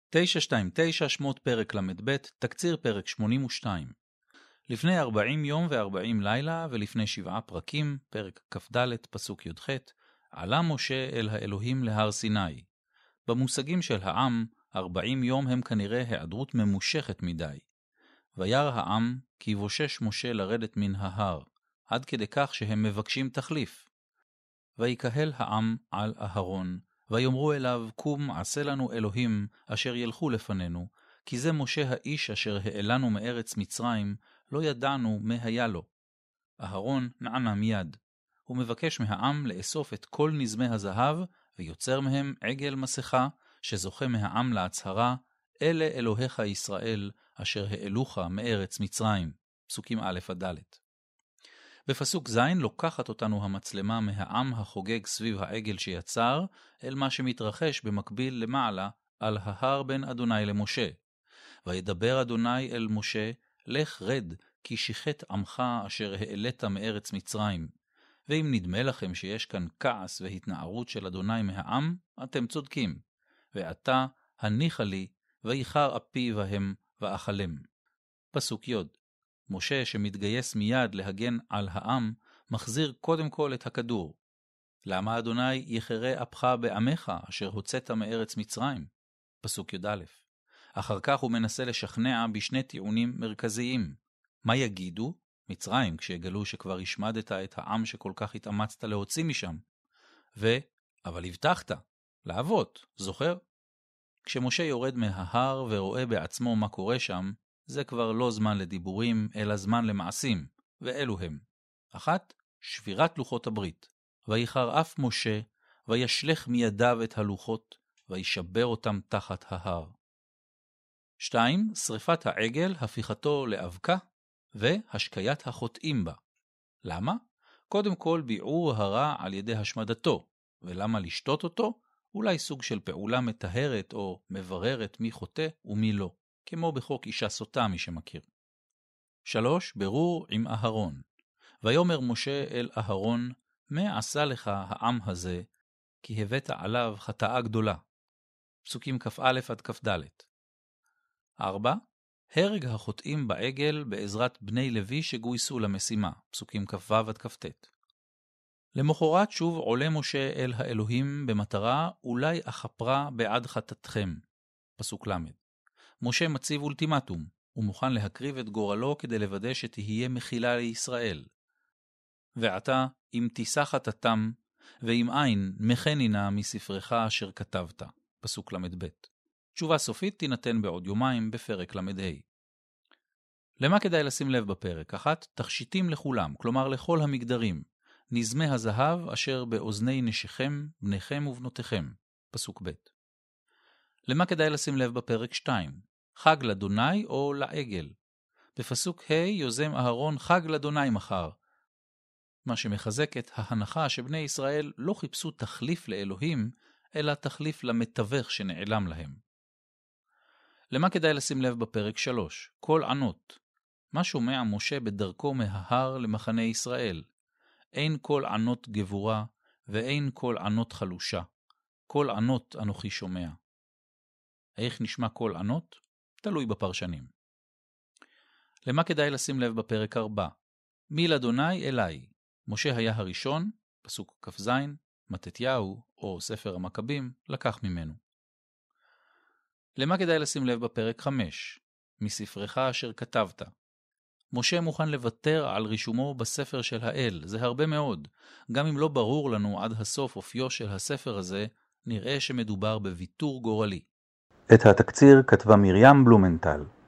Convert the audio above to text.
929 שמות פרק ל"ב, תקציר פרק 82. לפני 40 יום ו40 לילה ולפני 7 פרקים, פרק כ"ד פסוק י"ח, עלה משה אל האלוהים להר סיני. במושגים של העם, 40 יום הם כנראה היעדרות ממושכת מדי. וירא העם כי בושש משה לרדת מן ההר, עד כדי כך שהם מבקשים תחליף. ויקהל העם על אהרון, ויאמרו אליו, קום עשה לנו אלוהים אשר ילכו לפנינו, כי זה משה האיש אשר העלנו מארץ מצרים, לא ידענו מה היה לו. אהרון נענה מיד. הוא מבקש מהעם לאסוף את כל נזמי הזהב, ויוצר מהם עגל מסכה, שזוכה מהעם להצהרה, אלה אלוהיך ישראל, אשר העלוך מארץ מצרים. פסוקים א' עד ד'. בפסוק ז' לוקחת אותנו המצלמה מהעם החוגג סביב העגל שיצר, אל מה שמתרחש במקביל למעלה על ההר בין אדוני למשה. וידבר אדוני אל משה, לך רד, כי שיחת עמך אשר העלית מארץ מצרים. ואם נדמה לכם שיש כאן כעס והתנערות של אדוני מהעם, אתם צודקים. ועתה הניחה לי, ויחר אפי בהם ואכלם. פסוק י' משה שמתגייס מיד להגן על העם, מחזיר קודם כל את הכדור. למה אדוני יחרה אפך בעמך אשר הוצאת מארץ מצרים? פסוק י"א. אחר כך הוא מנסה לשכנע בשני טיעונים מרכזיים. מה יגידו? מצרים, כשיגלו שכבר השמדת את העם שכל כך התאמצת להוציא משם. אבל הבטחת, לאבות, זוכר? כשמשה יורד מההר ורואה בעצמו מה קורה שם, זה כבר לא זמן לדיבורים, אלא זמן למעשים, ואלו הם. 1. שבירת לוחות הברית. ויחר אף משה, וישלך מידיו את הלוחות, וישבר אותם תחת ההר. 2. שריפת העגל, הפיכתו לאבקה, והשקיית החוטאים בה. למה? קודם כל ביעור הרע על ידי השמדתו, ולמה לשתות אותו? אולי סוג של פעולה מטהרת או מבררת מי חוטא ומי לא. כמו בחוק אישה סוטה מי שמכיר. 3. ברור עם אהרון. ויאמר משה אל אהרון, מה עשה לך העם הזה, כי הבאת עליו חטאה גדולה. פסוקים כ"א עד כ"ד. 4. הרג החוטאים בעגל בעזרת בני לוי שגויסו למשימה. פסוקים כ"ו עד כ"ט. למחרת שוב עולה משה אל האלוהים במטרה אולי אכפרה בעד חטאתכם. פסוק ל'. משה מציב אולטימטום, הוא מוכן להקריב את גורלו כדי לוודא שתהיה מחילה לישראל. ועתה, אם תישא חטאתם, ואם אין, מחני נא מספרך אשר כתבת. פסוק ל"ב. תשובה סופית תינתן בעוד יומיים בפרק ל"ה. למה כדאי לשים לב בפרק? 1. תכשיטים לכולם, כלומר לכל המגדרים. נזמי הזהב אשר באוזני נשיכם, בניכם ובנותיכם. פסוק ב'. למה כדאי לשים לב בפרק 2? חג לאדוני או לעגל. בפסוק ה' יוזם אהרון חג לאדוני מחר. מה שמחזק את ההנחה שבני ישראל לא חיפשו תחליף לאלוהים, אלא תחליף למתווך שנעלם להם. למה כדאי לשים לב בפרק 3? קול ענות. מה שומע משה בדרכו מההר למחנה ישראל? אין קול ענות גבורה, ואין קול ענות חלושה. קול ענות אנוכי שומע. איך נשמע קול ענות? תלוי בפרשנים. למה כדאי לשים לב בפרק 4? מי לאדוני אליי. משה היה הראשון, פסוק כ"ז, מתתיהו או ספר המכבים לקח ממנו. למה כדאי לשים לב בפרק 5? מספרך אשר כתבת. משה מוכן לוותר על רישומו בספר של האל, זה הרבה מאוד. גם אם לא ברור לנו עד הסוף אופיו של הספר הזה, נראה שמדובר בוויתור גורלי. את התקציר כתבה מרים בלומנטל.